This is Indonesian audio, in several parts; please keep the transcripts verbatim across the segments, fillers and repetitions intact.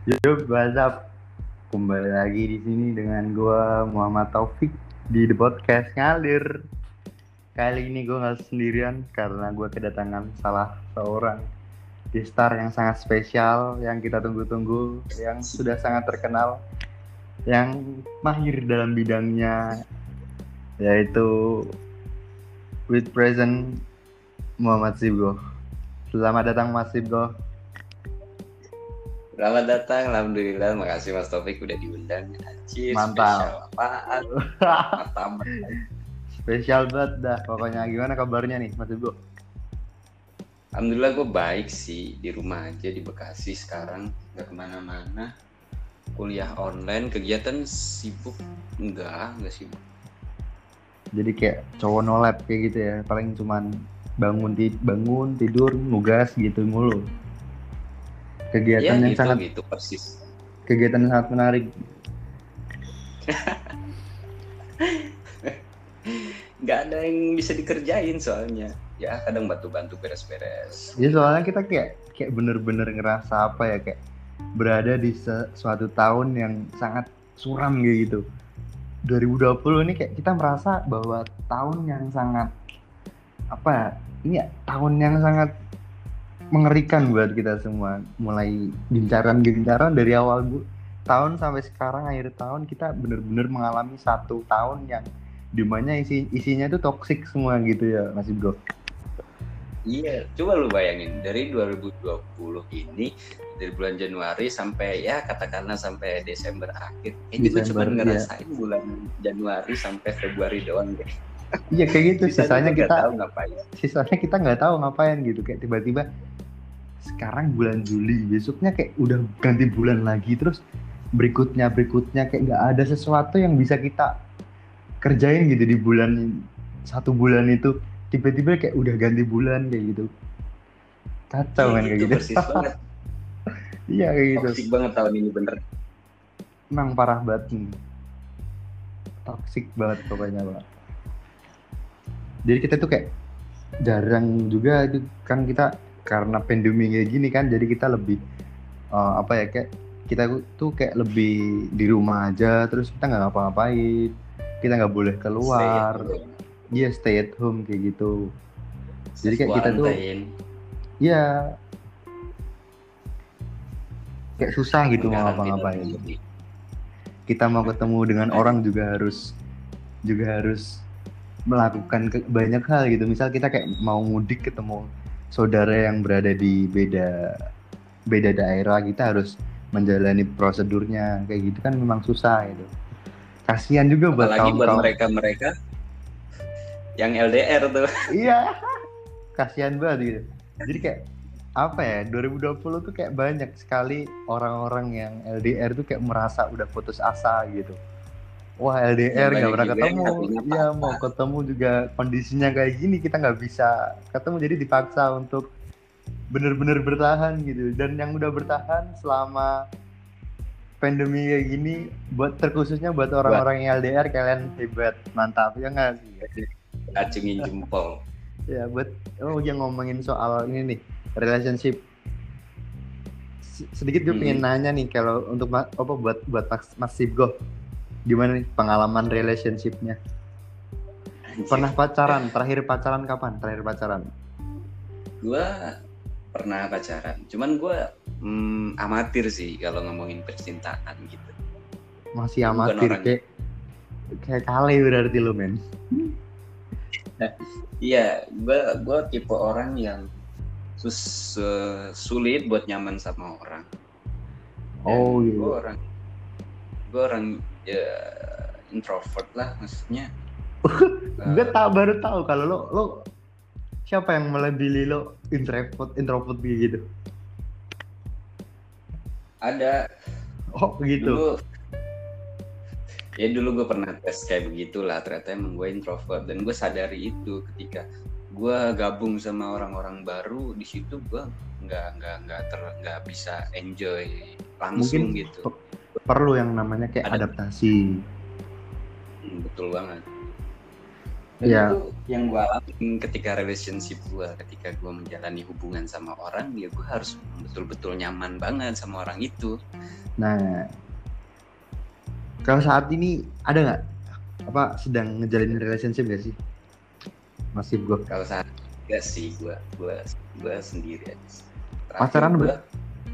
Yuk, WhatsApp. Kembali lagi di sini dengan gua Muhammad Taufik di The Podcast Ngalir. Kali ini gue nggak sendirian karena gue kedatangan salah seorang gestar yang sangat spesial, yang kita tunggu-tunggu, yang sudah sangat terkenal, yang mahir dalam bidangnya, yaitu with present Muhammad Sibgo. Selamat datang Mas Sibgo. Selamat datang, alhamdulillah, makasih Mas Taufik udah diundang. Anjir, Mantap. spesial apaan? Martabak. Spesial banget dah. Pokoknya gimana kabarnya nih Mas Sibgo? Alhamdulillah gue baik sih, di rumah aja di Bekasi sekarang, nggak kemana-mana. Kuliah online, kegiatan sibuk enggak, enggak sibuk. Jadi kayak cowok no lab kayak gitu ya, paling cuman bangun bangun tidur nugas gitu mulu. Kegiatan ya, yang gitu, sangat gitu persis. kegiatan yang sangat menarik. Nggak ada yang bisa dikerjain soalnya. Ya kadang bantu-bantu beres-beres. Ya soalnya kita kayak kayak bener-bener ngerasa apa ya, kayak berada di suatu tahun yang sangat suram kayak gitu. dua ribu dua puluh ini kayak kita merasa bahwa tahun yang sangat apa ya, ini ya, tahun yang sangat mengerikan buat kita semua. Mulai gencaran-gencaran dari awal bu, tahun sampai sekarang akhir tahun, kita benar-benar mengalami satu tahun yang dimana isi isinya itu toksik semua gitu ya Mas Ibgo. Iya, coba lu bayangin dari dua ribu dua puluh ini, dari bulan Januari sampai ya katakanlah sampai Desember akhir. Kayaknya gue cuma ngerasain ya. Bulan Januari sampai Februari doang deh. Iya kayak gitu. Sisanya, sisanya kita tahu ngapain. Sisanya kita nggak tahu ngapain gitu. Kayak tiba-tiba sekarang bulan Juli, besoknya kayak udah ganti bulan lagi, terus berikutnya berikutnya kayak nggak ada sesuatu yang bisa kita kerjain gitu di bulan satu bulan itu. Tiba-tiba kayak udah ganti bulan kayak gitu. Kacau kan kayak gitu. Persis banget. Iya kayak gitu. Toksik banget tahun ini bener. Emang parah banget nih. Toksik banget pokoknya Pak. Jadi kita tuh kayak jarang juga itu kan, kita karena pandemi kayak gini kan, jadi kita lebih uh, apa ya, kayak kita tuh kayak lebih di rumah aja, terus kita nggak ngapa-ngapain, kita nggak boleh keluar. Iya, yeah, stay at home kayak gitu. Jadi kayak kita tuh ya kayak susah gitu mau ngapa-ngapain. Kita mau ketemu dengan orang juga harus juga harus melakukan ke, banyak hal gitu. Misal kita kayak mau mudik ketemu saudara yang berada di beda beda daerah, kita harus menjalani prosedurnya kayak gitu kan, memang susah gitu. Kasihan juga buat apalagi buat mereka-mereka yang L D R tuh. Iya, kasihan banget gitu. Jadi kayak apa ya, dua ribu dua puluh tuh kayak banyak sekali orang-orang yang L D R tuh kayak merasa udah putus asa gitu. Wah, L D R nggak pernah ketemu, iya mau ketemu juga kondisinya kayak gini, kita nggak bisa ketemu, jadi dipaksa untuk bener-bener bertahan gitu. Dan yang udah bertahan selama pandemi kayak gini, buat terkhususnya buat orang-orang yang L D R, kalian hebat, mantap ya nggak sih? Acungin jempol. Ya buat oh yang ngomongin soal ini nih, relationship. Sedikit gue hmm. pengen nanya nih, kalau untuk apa buat buat Mas Sibgo, gimana nih pengalaman relationship-nya? Pernah pacaran? Terakhir pacaran kapan? Terakhir pacaran? Gua pernah pacaran, cuman gua hmm, amatir sih kalau ngomongin percintaan gitu. Masih amatir, kayak kayak kali berarti lo men. Iya, gua gua tipe orang yang sus uh, sulit buat nyaman sama orang. Dan oh iya. Gua orang gua orang ya introvert lah maksudnya. Gue uh, tak baru tahu kalau lo lo siapa yang melebeli lo introvert introvert gitu. Ada. Oh begitu. Dulu, ya dulu gue pernah tes kayak begitulah, ternyata emang gue introvert, dan gue sadari itu ketika gue gabung sama orang-orang baru. Di situ gue nggak nggak nggak ter nggak bisa enjoy langsung. Mungkin gitu. Perlu yang namanya kayak Ada. adaptasi. Hmm, betul banget. Dan Iya. itu yang gue alamin ketika relationship gue, ketika gue menjalani hubungan sama orang, ya gue harus betul-betul nyaman banget sama orang itu. Nah, kalau saat ini ada nggak apa sedang ngejalin relationship gak sih? Masih gue. Kalau saat enggak sih, gue gue gue sendiri aja. Terakhir Pacaran gue ber-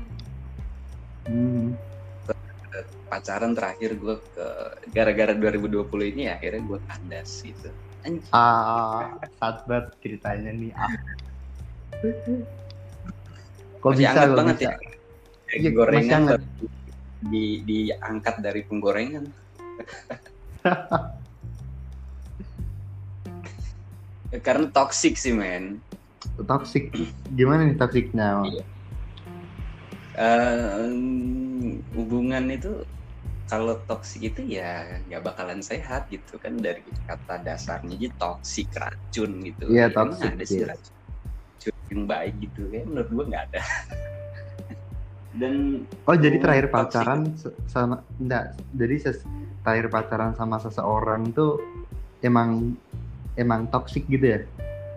Hmm. pacaran terakhir gue ke gara-gara dua ribu dua puluh ini ya, akhirnya gue kandas gitu. Anjir. Ah, sad banget ceritanya nih. Ah. Kok Masih bisa, hangat kok banget bisa? ya. Kayak Iya, gorengan masih hangat. baru di diangkat dari penggorengan. Karena toxic sih men. Toxic. Gimana nih toksiknya? Iya. Uh, hubungan itu kalau toksik itu ya nggak bakalan sehat gitu kan, dari kata dasarnya aja toksik, racun gitu. Iya, Emang toxic, ada sih iya. racun yang baik gitu, kayak menurut gua nggak ada. Dan Oh, jadi hubungan terakhir toksik pacaran itu- se- sama enggak. Jadi ses- terakhir pacaran sama seseorang tuh emang emang toxic gitu ya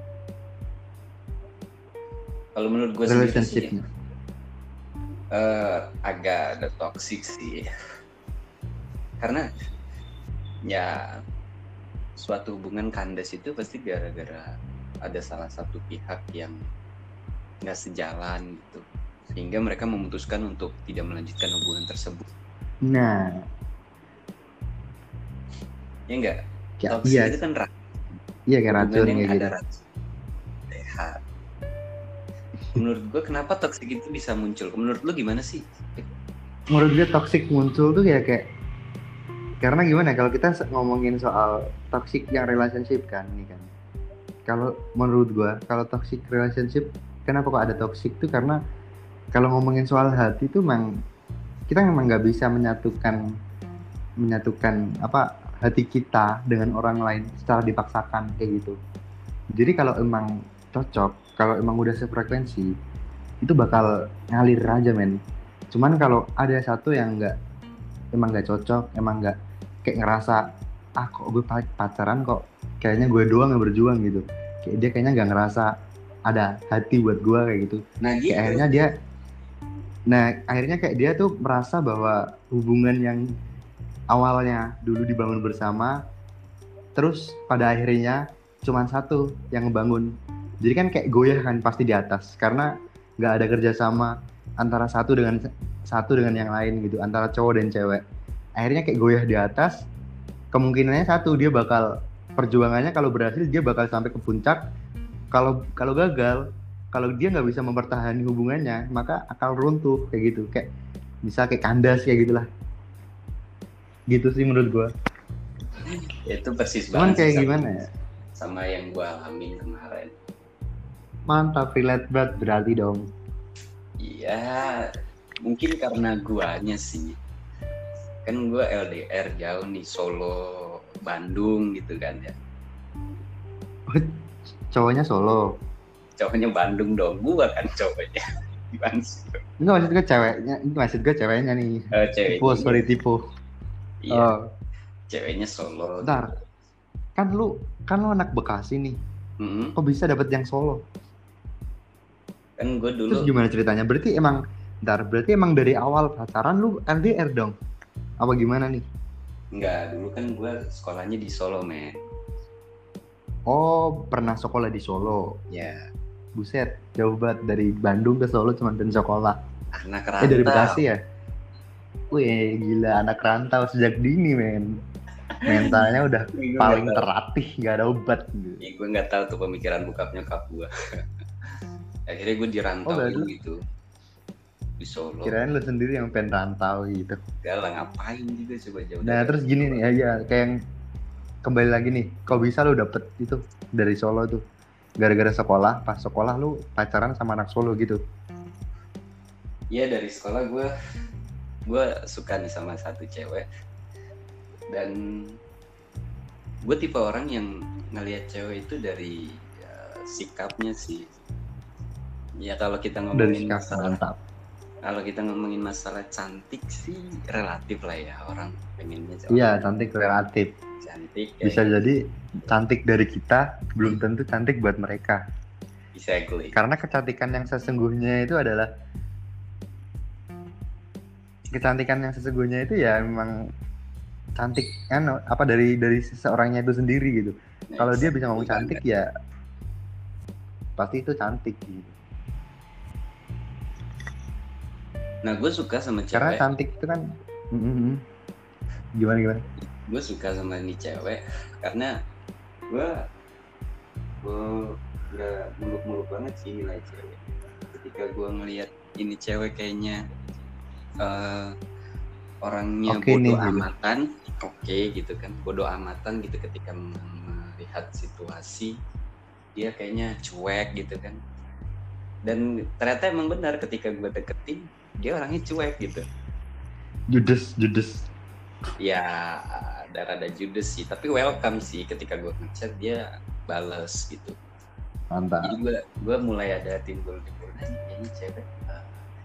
kalau menurut gua sendiri sih relationshipnya. uh, agak ada toksik sih, karena ya suatu hubungan kandas itu pasti gara-gara ada salah satu pihak yang nggak sejalan gitu, sehingga mereka memutuskan untuk tidak melanjutkan hubungan tersebut. Nah, Ya enggak, kayak toksik iya, itu kan ra- iya kayak hubungan racun yang kayak ada gitu. racun sehat. Menurut gua kenapa toksik itu bisa muncul? Menurut lu gimana sih? Menurut gue toxic muncul tuh ya kayak karena gimana kalau kita se- ngomongin soal toxic yang relationship kan nih kan. Kalau menurut gue kalau toxic relationship kenapa kok ada toxic tuh karena kalau ngomongin soal hati tuh memang kita memang nggak bisa menyatukan menyatukan apa hati kita dengan orang lain secara dipaksakan kayak gitu. Jadi kalau emang cocok, kalau emang udah sefrekuensi, itu bakal ngalir aja men. Cuman kalau ada satu yang nggak, emang nggak cocok, emang nggak kayak ngerasa, ah kok gue pacaran kok kayaknya gue doang yang berjuang gitu. Kayak dia kayaknya nggak ngerasa ada hati buat gue kayak gitu. Nah gitu. Kayak akhirnya dia, nah akhirnya kayak dia tuh merasa bahwa hubungan yang awalnya dulu dibangun bersama, terus pada akhirnya cuman satu yang ngebangun. Jadi kan kayak goyah kan pasti di atas karena nggak ada kerjasama antara satu dengan satu dengan yang lain gitu, antara cowok dan cewek. Akhirnya kayak goyah di atas. Kemungkinannya satu, dia bakal perjuangannya kalau berhasil dia bakal sampai ke puncak. Kalau kalau gagal, kalau dia nggak bisa mempertahankan hubungannya, maka akal runtuh kayak gitu, kayak bisa kayak kandas kayak gitulah. Gitu sih menurut gua. Itu persis Cuman banget kayak sih gimana ya? sama yang gue alamin kemarin. Mantap, relate banget berarti dong. Iya, mungkin karena guanya sih. Kan gue L D R jauh nih, Solo, Bandung gitu kan ya. Cowoknya Solo. Cowoknya Bandung dong, gue kan cowoknya. Gimana sih? Enggak, maksud gue ceweknya, ini maksud gue ceweknya nih. Uh, ceweknya. Tipu, sorry tipu. Iya, Oh. ceweknya Solo. Bentar, kan lu kan lu anak Bekasi nih. Mm-hmm. Kok bisa dapet yang Solo? Kan gue dulu. Terus gimana ceritanya? Berarti emang, bentar, berarti emang dari awal pacaran lu L D R dong? Apa gimana nih? Enggak, dulu kan gue sekolahnya di Solo, men. Oh, pernah sekolah di Solo. Ya. Buset, jauh banget dari Bandung ke Solo cuma dan sekolah. Anak rantau. Eh dari Bekasi ya? Wih, gila anak rantau sejak dini, men. Mentalnya udah paling terlatih, gak ada obat gitu. Ya, gue nggak tahu tuh pemikiran bokap nyokap gue. Akhirnya gue dirantauin oh, gitu di Solo. Kirain lu sendiri yang pengen rantau gitu. Gak lah, ngapain juga coba jauh. Nah terus gini nih aja, kayak yang kembali lagi nih, kok bisa lu dapet itu dari Solo tuh? Gara-gara sekolah, pas sekolah lu pacaran sama anak Solo gitu? Iya, dari sekolah gue gue suka nih sama satu cewek, dan gue tipe orang yang ngelihat cewek itu dari ya, sikapnya sih. Ya kalau kita ngomongin dari sikap, mantap. Kalau kita ngomongin masalah cantik sih relatif lah ya, orang pengennya Iya, orang cantik relatif. cantik Bisa kayak jadi cantik dari kita belum tentu cantik buat mereka. exactly. Karena kecantikan yang sesungguhnya itu adalah kecantikan yang sesungguhnya itu ya memang cantik kan apa dari dari seseorangnya itu sendiri gitu. Nah, Kalau dia bisa exactly ngomong cantik banget. ya pasti itu cantik gitu. Nah, gue suka sama Karena cewek. cantik itu kan mm-mm. gimana gimana? Gue suka sama nih cewek karena gue gue nggak muluk-muluk banget sih nilai cewek. Ketika gue ngelihat ini cewek kayaknya uh, orangnya Oke nih, bodoh gitu. amatan, oke okay, gitu kan, bodoh amatan gitu ketika melihat situasi dia kayaknya cuek gitu kan. Dan ternyata emang benar ketika gue deketin dia orangnya cuek gitu. Judes, judes. Ya ada rada judes sih, tapi welcome sih ketika gue ngechat dia bales gitu. Mantap. Jadi gue gue mulai ada timbul-timbul kayaknya cewek uh,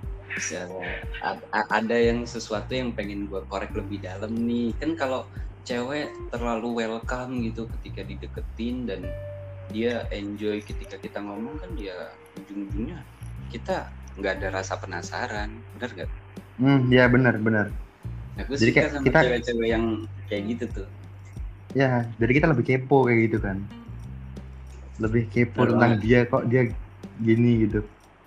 ada yang sesuatu yang pengen gue korek lebih dalam nih. Kan kalau cewek terlalu welcome gitu ketika dideketin dan dia enjoy ketika kita ngomong, kan dia ujung-ujungnya kita nggak ada rasa penasaran, benar nggak? Hmm, ya benar benar. Nah, gue jadi suka kayak sama kita cewek-cewek yang kayak gitu tuh. Ya, jadi kita lebih kepo kayak gitu kan. Lebih kepo bener tentang banget. dia kok dia gini gitu.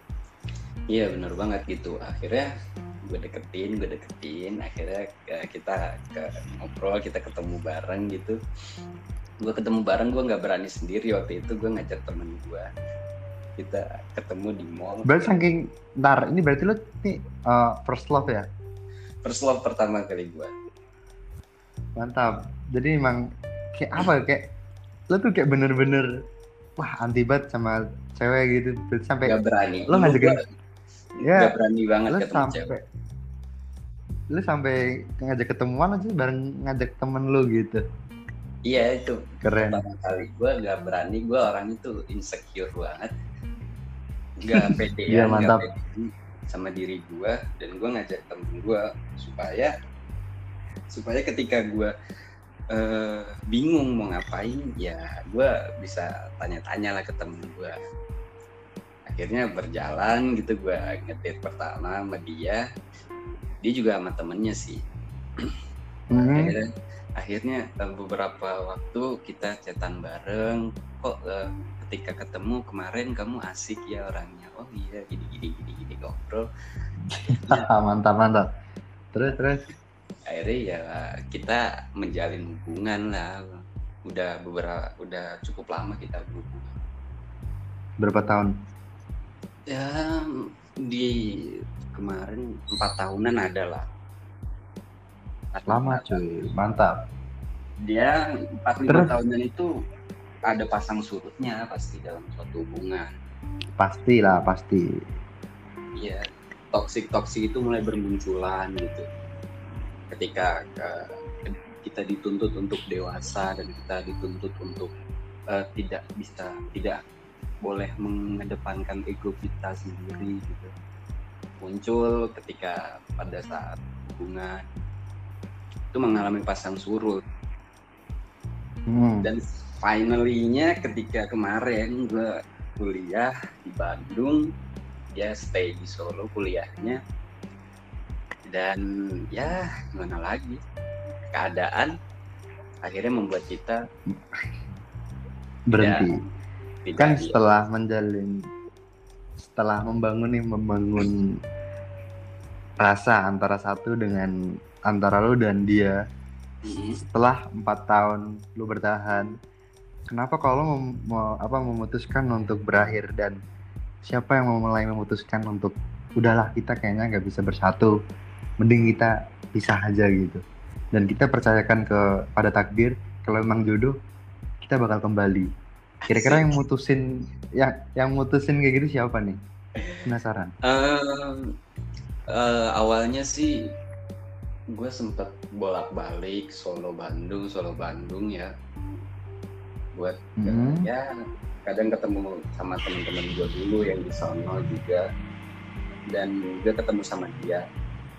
Iya benar banget gitu. Akhirnya gue deketin, gue deketin. Akhirnya kita ke ngobrol, kita ketemu bareng gitu. Gue ketemu bareng, gue nggak berani sendiri waktu itu. Gue ngajak temen gue. Kita ketemu di mall. Berarti saking, ntar ini berarti lo nih uh, first love ya? First love pertama kali gue. Mantap. Jadi emang kayak apa kayak lo tuh kayak bener-bener wah anti banget sama cewek gitu. Berarti sampai gak berani. Lo ngajakin ya, gak berani banget lo ketemu sampai, cewek. Lo sampai ngajak ketemuan aja bareng ngajak temen lo gitu. Iya itu keren. Pertama kali gue gak berani, gue orang itu insecure banget, gak pede ya, gak pede sama diri gue, dan gue ngajak temen gue supaya supaya ketika gue uh, bingung mau ngapain, ya gue bisa tanya-tanya lah ke temen gue. Akhirnya berjalan gitu, gue ngedate pertama sama dia, dia juga sama temennya sih. Mm-hmm. Akhirnya, akhirnya beberapa waktu kita chatan bareng. Kok uh, ketika ketemu kemarin kamu asik ya orangnya. Oh iya, gini gini gini gini ngobrol. mantap mantap. Terus terus. Akhirnya ya kita menjalin hubungan lah. Udah beberapa, udah cukup lama kita berhubungan. Berapa tahun? Ya di kemarin empat tahunan ada lah. Lama cuy, mantap. Dia empat lima tahunan itu ada pasang surutnya pasti dalam suatu hubungan. Pasti lah, pasti. Iya, toksik-toksik itu mulai bermunculan gitu. Ketika uh, kita dituntut untuk dewasa dan kita dituntut untuk uh, tidak bisa, tidak boleh mengedepankan ego kita sendiri gitu. Muncul ketika pada saat hubungan itu mengalami pasang surut. Hmm. Dan finally-nya ketika kemarin gue kuliah di Bandung, dia stay di Solo kuliahnya, dan ya gimana lagi, keadaan akhirnya membuat kita berhenti. Ya, kan dia. setelah menjalin, setelah membangun nih membangun rasa antara satu dengan antara lo dan dia, mm-hmm. setelah empat tahun lo bertahan, kenapa kalau mem, mau apa memutuskan untuk berakhir, dan siapa yang mulai memutuskan untuk udahlah kita kayaknya nggak bisa bersatu, mending kita pisah aja gitu, dan kita percayakan kepada takdir, kalau memang jodoh kita bakal kembali. Kira-kira yang mutusin yang yang mutusin kayak gitu siapa nih? Penasaran. Uh, uh, awalnya sih gue sempet bolak-balik Solo Bandung Solo Bandung ya, buat mm-hmm. ya kadang ketemu sama teman-teman gue dulu yang di sono juga. dan gue ketemu sama dia.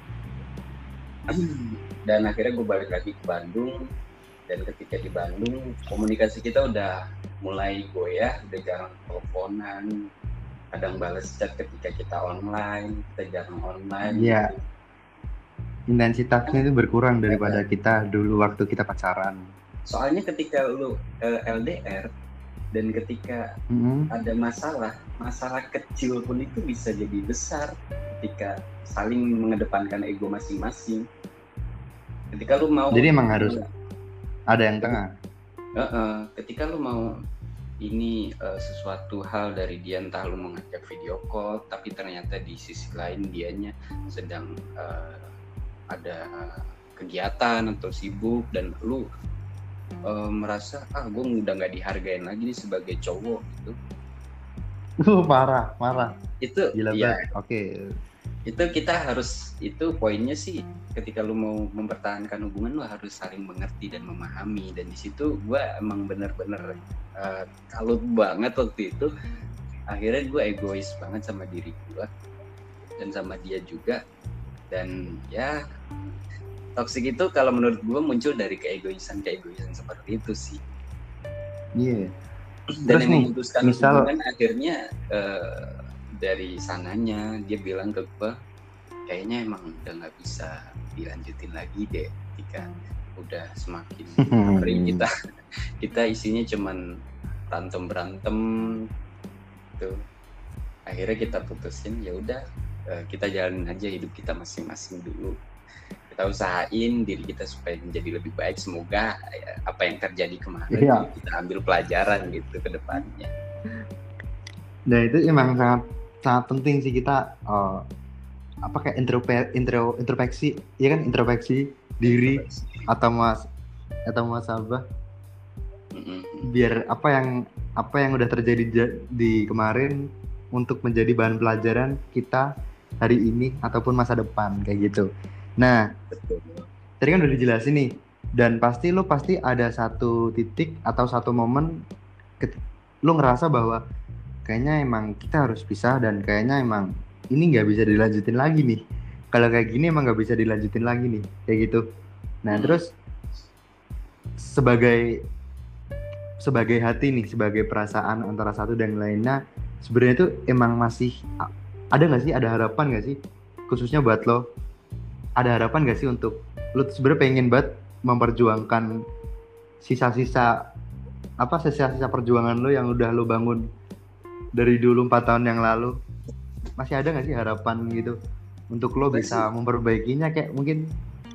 Dan akhirnya gue balik lagi ke Bandung, dan ketika di Bandung komunikasi kita udah mulai goyah, udah jarang teleponan, kadang balas chat ketika kita online, kita jarang online. Iya. Intensitasnya itu berkurang daripada kita dulu waktu kita pacaran. Soalnya ketika lu uh, L D R dan ketika mm-hmm. ada masalah, masalah kecil pun itu bisa jadi besar ketika saling mengedepankan ego masing-masing. Ketika lu mau, jadi emang harus ada yang tengah. Uh, uh, ketika lu mau ini uh, sesuatu hal dari dia, entah lu mengajak video call, tapi ternyata di sisi lain dianya sedang uh, ada kegiatan atau sibuk, dan lu uh, merasa ah gue udah nggak dihargain lagi nih sebagai cowok gitu. Uh, marah, marah. Itu gila ya, banget. Oke. Okay. Itu kita harus, itu poinnya sih ketika lu mau mempertahankan hubungan lu harus saling mengerti dan memahami, dan di situ gue emang bener-bener uh, kalut banget waktu itu. Akhirnya gue egois banget sama diri gue dan sama dia juga, dan ya toksik itu kalau menurut gue muncul dari keegoisan keegoisan seperti itu sih. Iya. Yeah. Dan yang memutuskan misal... hubungan akhirnya uh, dari sananya dia bilang ke gue, kayaknya emang udah nggak bisa dilanjutin lagi deh ketika udah semakin hari kita kita isinya cuman berantem berantem tuh. Akhirnya kita putusin, ya udah kita jalanin aja hidup kita masing-masing dulu, kita usahain diri kita supaya menjadi lebih baik. Semoga ya, apa yang terjadi kemarin yeah. kita ambil pelajaran gitu ke depannya. Nah itu emang sangat sangat penting sih kita uh, apa kayak intrope, intro, introspeksi, ya kan, introspeksi diri introspeksi. atau mas atau muhasabah, mm-hmm. biar apa yang apa yang udah terjadi di kemarin untuk menjadi bahan pelajaran kita hari ini ataupun masa depan kayak gitu. Nah, betul. Tadi kan udah dijelasin nih, dan pasti lo pasti ada satu titik atau satu momen ket- lo ngerasa bahwa kayaknya emang kita harus pisah, dan kayaknya emang ini nggak bisa dilanjutin lagi nih. Kalau kayak gini emang nggak bisa dilanjutin lagi nih, kayak gitu. Nah hmm. terus sebagai sebagai hati nih, sebagai perasaan antara satu dan lainnya, sebenarnya itu emang masih ada nggak sih, ada harapan nggak sih, khususnya buat lo, ada harapan nggak sih untuk lo sebenarnya pengen banget memperjuangkan sisa-sisa apa sisa-sisa perjuangan lo yang udah lo bangun dari dulu empat tahun yang lalu? Masih ada nggak sih harapan gitu untuk lo gue bisa sih, memperbaikinya kayak mungkin?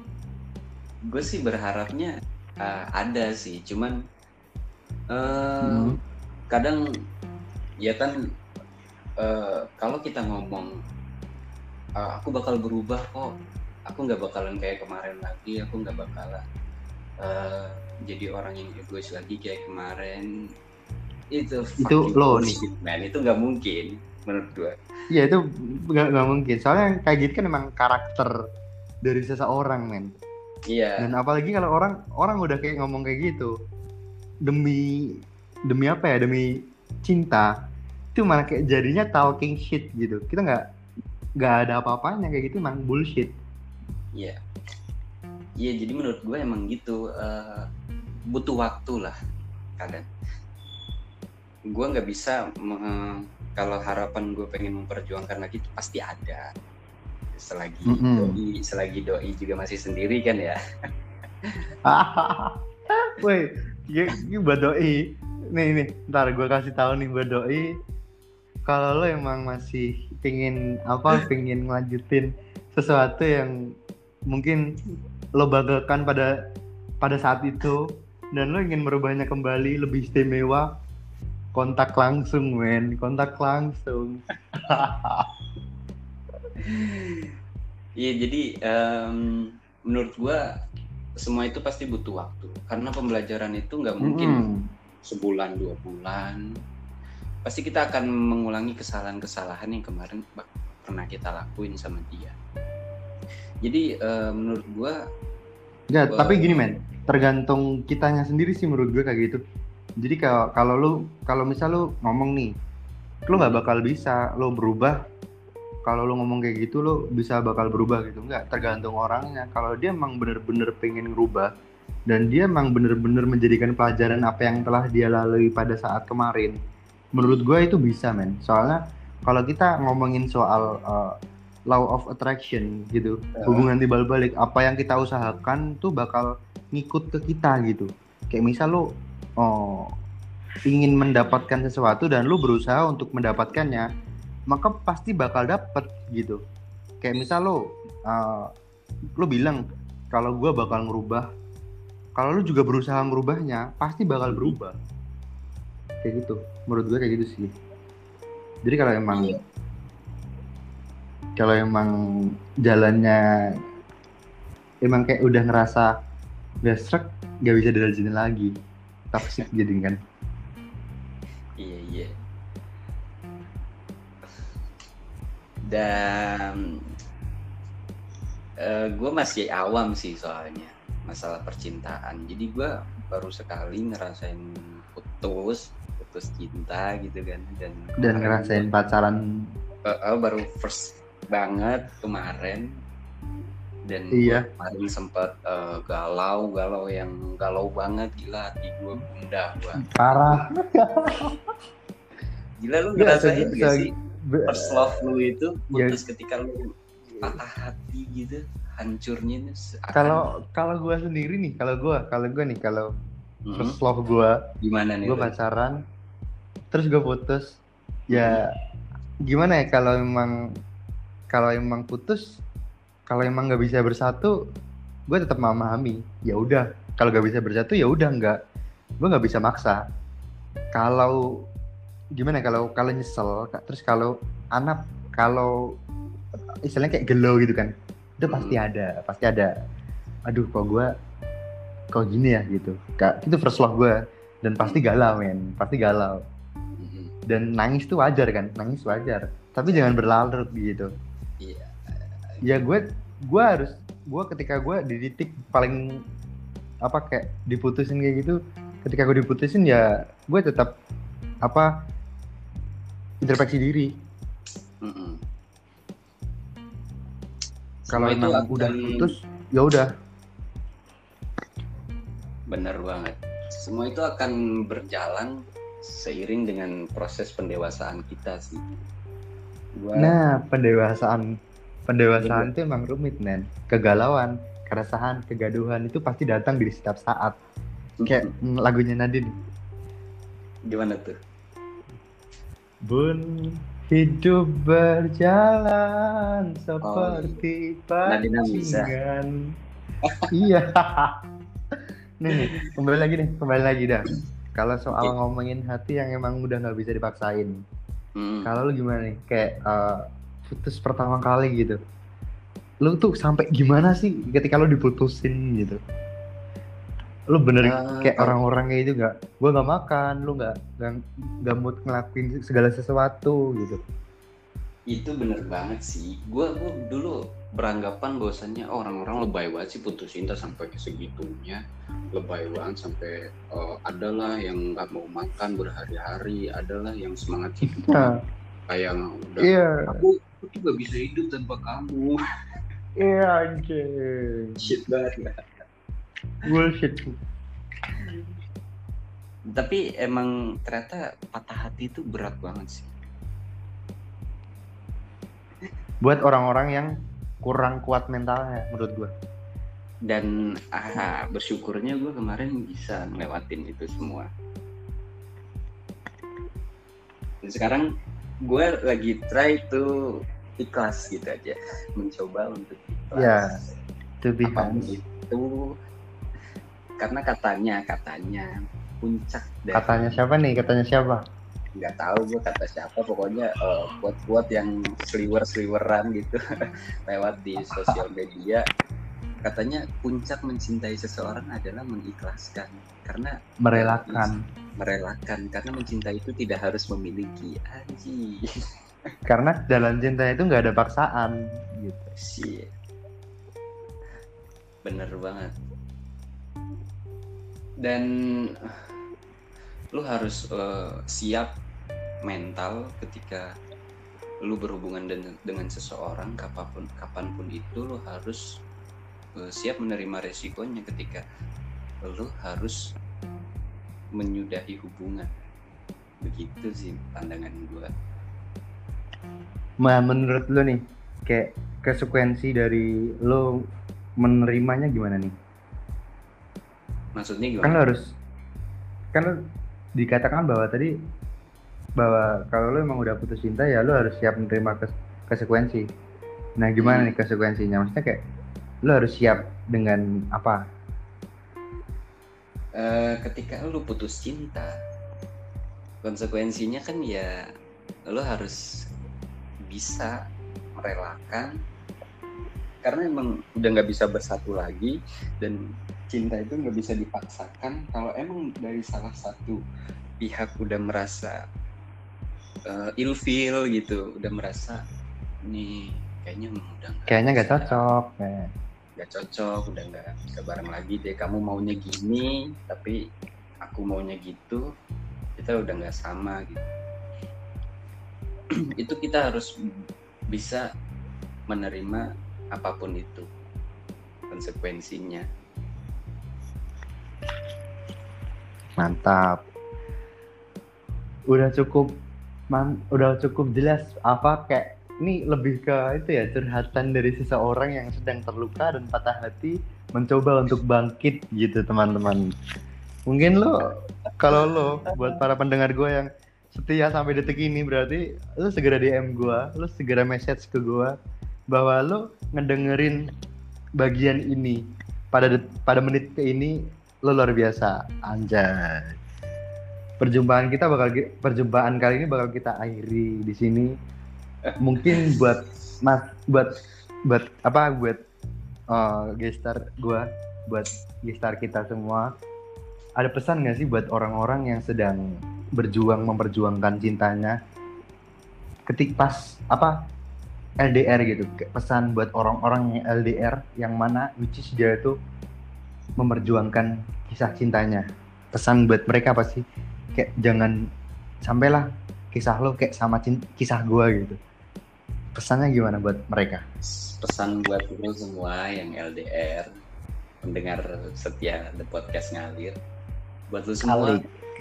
Gue sih berharapnya uh, ada sih, cuman uh, hmm. kadang ya kan uh, kalau kita ngomong uh, aku bakal berubah kok, aku nggak bakalan kayak kemarin lagi, aku nggak bakalan uh, jadi orang yang egois lagi kayak kemarin. Itu itu lo nih, man, itu nggak mungkin menurut gue. Iya itu nggak nggak mungkin, soalnya kayak gitu kan emang karakter dari seseorang, men. Iya. Dan apalagi kalau orang orang udah kayak ngomong kayak gitu demi demi apa ya, demi cinta, itu malah kayak jadinya talking shit gitu. Kita nggak nggak ada apa-apanya kayak gitu, emang bullshit. Iya. Iya, jadi menurut gue emang gitu, uh, butuh waktu lah kadang. Gue nggak bisa me- kalau harapan gue pengen memperjuangkan lagi itu pasti ada selagi mm-hmm. doi selagi doi juga masih sendiri kan ya. Woi, ini buat doi nih nih ntar gue kasih tahu nih buat doi, kalau lo emang masih pingin apa pingin ngelanjutin sesuatu yang mungkin lo banggakan pada pada saat itu, dan lo ingin merubahnya kembali lebih istimewa, kontak langsung, men, kontak langsung. Iya, jadi um, menurut gua semua itu pasti butuh waktu, karena pembelajaran itu nggak mungkin mm. sebulan dua bulan. Pasti kita akan mengulangi kesalahan-kesalahan yang kemarin pernah kita lakuin sama dia. Jadi uh, menurut gua, ya, gua, tapi gini, men, tergantung kitanya sendiri sih menurut gua kayak gitu. Jadi kalau kalau lu kalau misal lu ngomong nih, lu nggak bakal bisa lu berubah kalau lu ngomong kayak gitu lu bisa bakal berubah gitu. Enggak, tergantung orangnya. Kalau dia emang bener-bener pengen ngerubah dan dia emang bener-bener menjadikan pelajaran apa yang telah dia lalui pada saat kemarin, menurut gue itu bisa, men. Soalnya kalau kita ngomongin soal uh, law of attraction gitu, Uh, hubungan timbal balik, apa yang kita usahakan tuh bakal ngikut ke kita gitu. Kayak misal lu oh, ingin mendapatkan sesuatu dan lu berusaha untuk mendapatkannya, maka pasti bakal dapet gitu. Kayak misal lu uh, lu bilang kalau gue bakal ngerubah, kalau lu juga berusaha ngerubahnya pasti bakal berubah. Kayak gitu, menurut gue kayak gitu sih. Jadi kalau emang Iya. kalau emang jalannya emang kayak udah ngerasa udah srek, gak bisa dilanjutin lagi, toxic jadi kan. Iya iya. Dan uh, gue masih awam sih soalnya masalah percintaan. Jadi gue baru sekali ngerasain putus, putus cinta gitu kan. Dan Dan ngerasain gua, pacaran. Uh, uh, baru first banget kemarin. Dan iya. gue kemarin sempat uh, galau, galau yang galau banget, gila hati gue gundah gue. Parah. Gila lu ngerasain gak sih first love lu itu putus ya, ketika lu patah hati gitu, hancurnya nih. Kalau kalau gue sendiri nih, kalau gue kalau gue nih kalau mm-hmm. first love gue, gimana nih? Gue pacaran, terus gue putus, mm-hmm. ya gimana ya kalau emang kalau emang putus, kalau emang nggak bisa bersatu, gue tetap memahami. Ya udah, kalau nggak bisa bersatu ya udah nggak, gue nggak bisa maksa. Kalau gimana kalau kalau nyesel, terus kalau anak kalau istilahnya kayak gelo gitu kan, itu hmm. pasti ada, pasti ada. Aduh, kok gue kok gini ya gitu. Kak, itu first love gue dan pasti galau, men, pasti galau. Dan nangis tuh wajar kan, nangis wajar. Tapi jangan berlarut gitu. Iya. Ya gue gue harus gue ketika gue di titik paling apa kayak diputusin kayak gitu, ketika gue diputusin ya gue tetap apa introspeksi diri. Kalau emang akan... udah putus ya udah. Bener banget. Semua itu akan berjalan seiring dengan proses pendewasaan kita sih. Gua... Nah, pendewasaan pendewasaan itu emang rumit, men. Kegalauan, keresahan, kegaduhan itu pasti datang di setiap saat. Kayak mm-hmm. lagunya Nadine. Gimana tuh? Bun hidup berjalan seperti oh, pancingan. Iya. nih, nih, kembali lagi nih, kembali lagi dah. Kalau soal okay. ngomongin hati yang emang udah nggak bisa dipaksain. Hmm. Kalau lu gimana nih? Kayak uh, putus pertama kali gitu. Lu tuh sampai gimana sih ketika lu diputusin gitu? Lu bener uh, kayak uh, orang-orang kayak itu gak? Gue gak makan, lu gak, gak, gak mood ngelakuin segala sesuatu gitu. Itu bener banget sih. Gue gue dulu beranggapan bahwasannya oh, orang-orang lebay banget sih putus cinta sampai segitunya. Lebay banget sampai uh, adalah yang gak mau makan berhari-hari, adalah yang semangat hidup. Nah. Kayak udah yeah. aku, aku tuh gak bisa hidup tanpa kamu. Iya yeah, anjir. Shit banget lah. Bullshit. Tapi emang ternyata patah hati itu berat banget sih. Buat orang-orang yang kurang kuat mentalnya menurut gue. Dan ah, bersyukurnya gue kemarin bisa ngelewatin itu semua. Dan sekarang gue lagi try to ikhlas gitu aja, mencoba untuk ikhlas. Ya, yeah, to be honest. Itu karena katanya katanya puncak dari... katanya siapa nih katanya siapa nggak tahu gue kata siapa, pokoknya uh, quote-quote yang seliwer-seliweran gitu lewat di sosial media. Katanya puncak mencintai seseorang adalah mengikhlaskan, karena merelakan merelakan karena mencintai itu tidak harus memiliki. Anjir. Karena dalam cinta itu nggak ada paksaan gitu sih. Bener banget. Dan lu harus uh, siap mental ketika lu berhubungan dengan, dengan seseorang kapanpun kapanpun itu lu harus uh, siap menerima resikonya ketika lu harus menyudahi hubungan. Begitu sih pandangan gue. Nah, menurut lo nih, kayak konsekuensi dari lo menerimanya gimana nih? Maksudnya gimana? Kan lo harus, kan lo dikatakan bahwa tadi bahwa kalau lo emang udah putus cinta ya lo harus siap menerima kes- konsekuensi. Nah, gimana Hmm. nih konsekuensinya? Maksudnya kayak lo harus siap dengan apa? Uh, ketika lu putus cinta, konsekuensinya kan ya lo harus bisa merelakan, karena emang udah nggak bisa bersatu lagi, dan cinta itu nggak bisa dipaksakan. Kalau emang dari salah satu pihak udah merasa uh, ilfeel gitu, udah merasa nih kayaknya udah nggak kayaknya nggak cocok, kayak nggak cocok, udah nggak bisa bareng lagi deh, kamu maunya gini tapi aku maunya gitu, kita udah nggak sama gitu. Itu kita harus bisa menerima apapun itu konsekuensinya. Mantap. Udah cukup man, udah cukup jelas apa kayak ini lebih ke itu ya, curhatan dari seseorang yang sedang terluka dan patah hati mencoba untuk bangkit gitu teman-teman. Mungkin lo, kalau lo buat para pendengar gue yang setia sampai detik ini, berarti lo segera D M gue, lo segera message ke gue bahwa lo ngedengerin bagian ini pada det- pada menit ke ini, lo luar biasa, anjay. Perjumpaan kita bakal perjumpaan kali ini bakal kita akhiri di sini. Mungkin buat mas buat buat apa buat uh, gestar gue, buat gestar kita semua, ada pesan nggak sih buat orang-orang yang sedang berjuang memperjuangkan cintanya ketik pas apa L D R gitu? Pesan buat orang-orang yang L D R yang mana which is dia itu memperjuangkan kisah cintanya. Pesan buat mereka apa sih? Kayak jangan sampailah kisah lo kayak sama cinta, kisah gue gitu. Pesannya gimana buat mereka? Pesan buat lo semua yang L D R, pendengar setia The Podcast Ngalir, buat lo semua,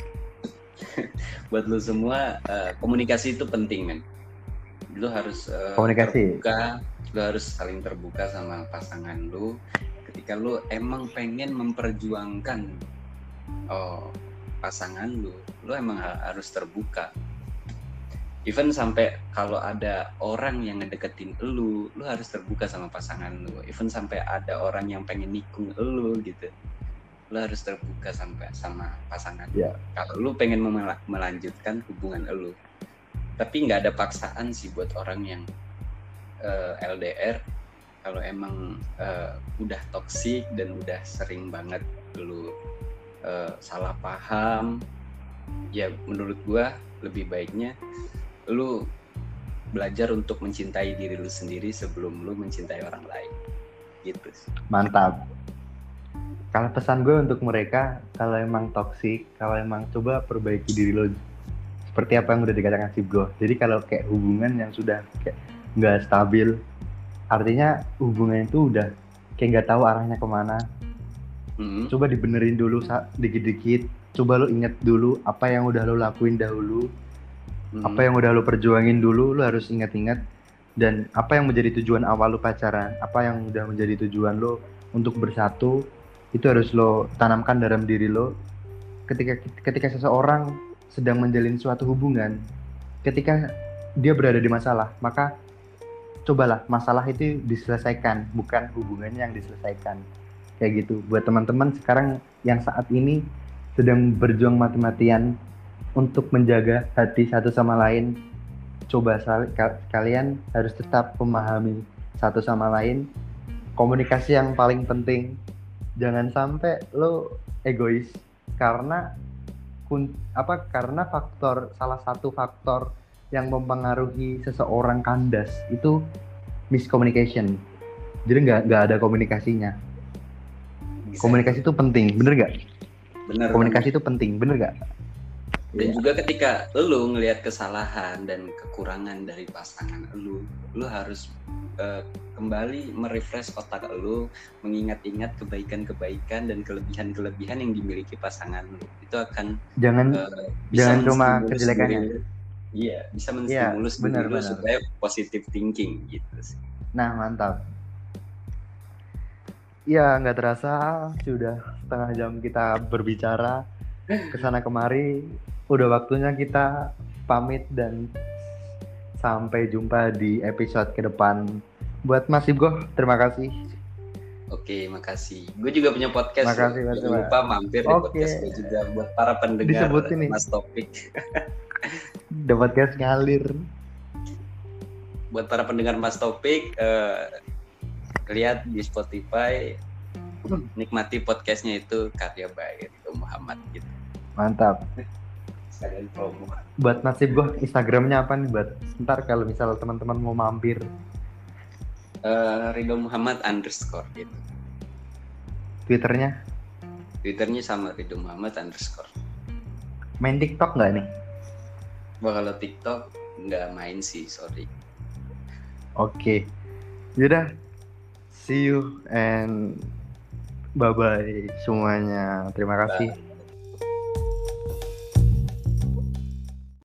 buat lo semua uh, komunikasi itu penting, men. Lo harus uh, komunikasi. terbuka, lo harus saling terbuka sama pasangan lo. Ketika lo emang pengen memperjuangkan oh, pasangan lo, lo emang harus terbuka. Even sampai kalau ada orang yang ngedeketin lu, lu harus terbuka sama pasangan lu. Even sampai ada orang yang pengen nikung lu gitu, lu harus terbuka sampai sama pasangan. Yeah. Kalau lu pengen memel- melanjutkan hubungan lu, tapi nggak ada paksaan sih buat orang yang uh, L D R. Kalau emang uh, udah toksik dan udah sering banget lu uh, salah paham, ya menurut gua lebih baiknya lu belajar untuk mencintai diri lu sendiri sebelum lu mencintai orang lain gitu. Mantap. Kalau pesan gue untuk mereka, kalau emang toksik, kalau emang coba perbaiki diri lo seperti apa yang udah dikatakan si Bro. Jadi kalau kayak hubungan yang sudah kayak nggak stabil, artinya hubungan itu udah kayak nggak tahu arahnya kemana. Mm-hmm. Coba dibenerin dulu dikit-dikit. Coba lo inget dulu apa yang udah lo lakuin dahulu. Hmm. Apa yang udah lo perjuangin dulu, lo harus ingat-ingat. Dan apa yang menjadi tujuan awal lo pacaran, apa yang udah menjadi tujuan lo untuk bersatu, itu harus lo tanamkan dalam diri lo. Ketika ketika seseorang sedang menjalin suatu hubungan, ketika dia berada di masalah, maka cobalah masalah itu diselesaikan, bukan hubungannya yang diselesaikan. Kayak gitu. Buat teman-teman sekarang yang saat ini sedang berjuang mati-matian untuk menjaga hati satu sama lain, coba kalian harus tetap memahami satu sama lain. Komunikasi yang paling penting. Jangan sampai lo egois karena kun, apa karena faktor salah satu faktor yang mempengaruhi seseorang kandas itu miscommunication. Jadi nggak nggak ada komunikasinya. Bisa. Komunikasi itu penting, bener nggak? Bener. Komunikasi itu penting, bener nggak? Dan Iya. juga ketika lu ngelihat kesalahan dan kekurangan dari pasangan lu, lu harus uh, kembali merefresh otak lu, mengingat-ingat kebaikan-kebaikan dan kelebihan-kelebihan yang dimiliki pasangan lu. Itu akan Jangan uh, bisa jangan cuma menstimulus diri kejelekannya. lu. Iya, bisa Iya, menstimulus diri lu benar-benar. supaya positive thinking gitu sih. Nah, mantap. Ya, nggak terasa sudah setengah jam kita berbicara kesana kemari. Udah waktunya kita pamit dan sampai jumpa di episode ke depan. Buat Mas Ibgo, terima kasih. Oke, makasih. Gue juga punya podcast. Makasih, Mas. Jangan lupa mampir di Oke. podcast gue juga buat para pendengar Disebutin nih. Mas Topik. The podcast ngalir. Buat para pendengar Mas Topik, uh, lihat di Spotify, nikmati podcastnya itu karya by Ridho Muhammad gitu. Mantap. Sekalian promo. Buat nasib gue Instagramnya apa nih, buat ntar kalau misal teman-teman mau mampir. Uh, Ridho Muhammad underscore gitu. Twitternya? Twitternya sama Ridho Muhammad underscore. Main TikTok nggak nih? Wah, kalau TikTok nggak main sih, sorry. Oke, yaudah, see you and bye bye semuanya. Terima kasih. Bye.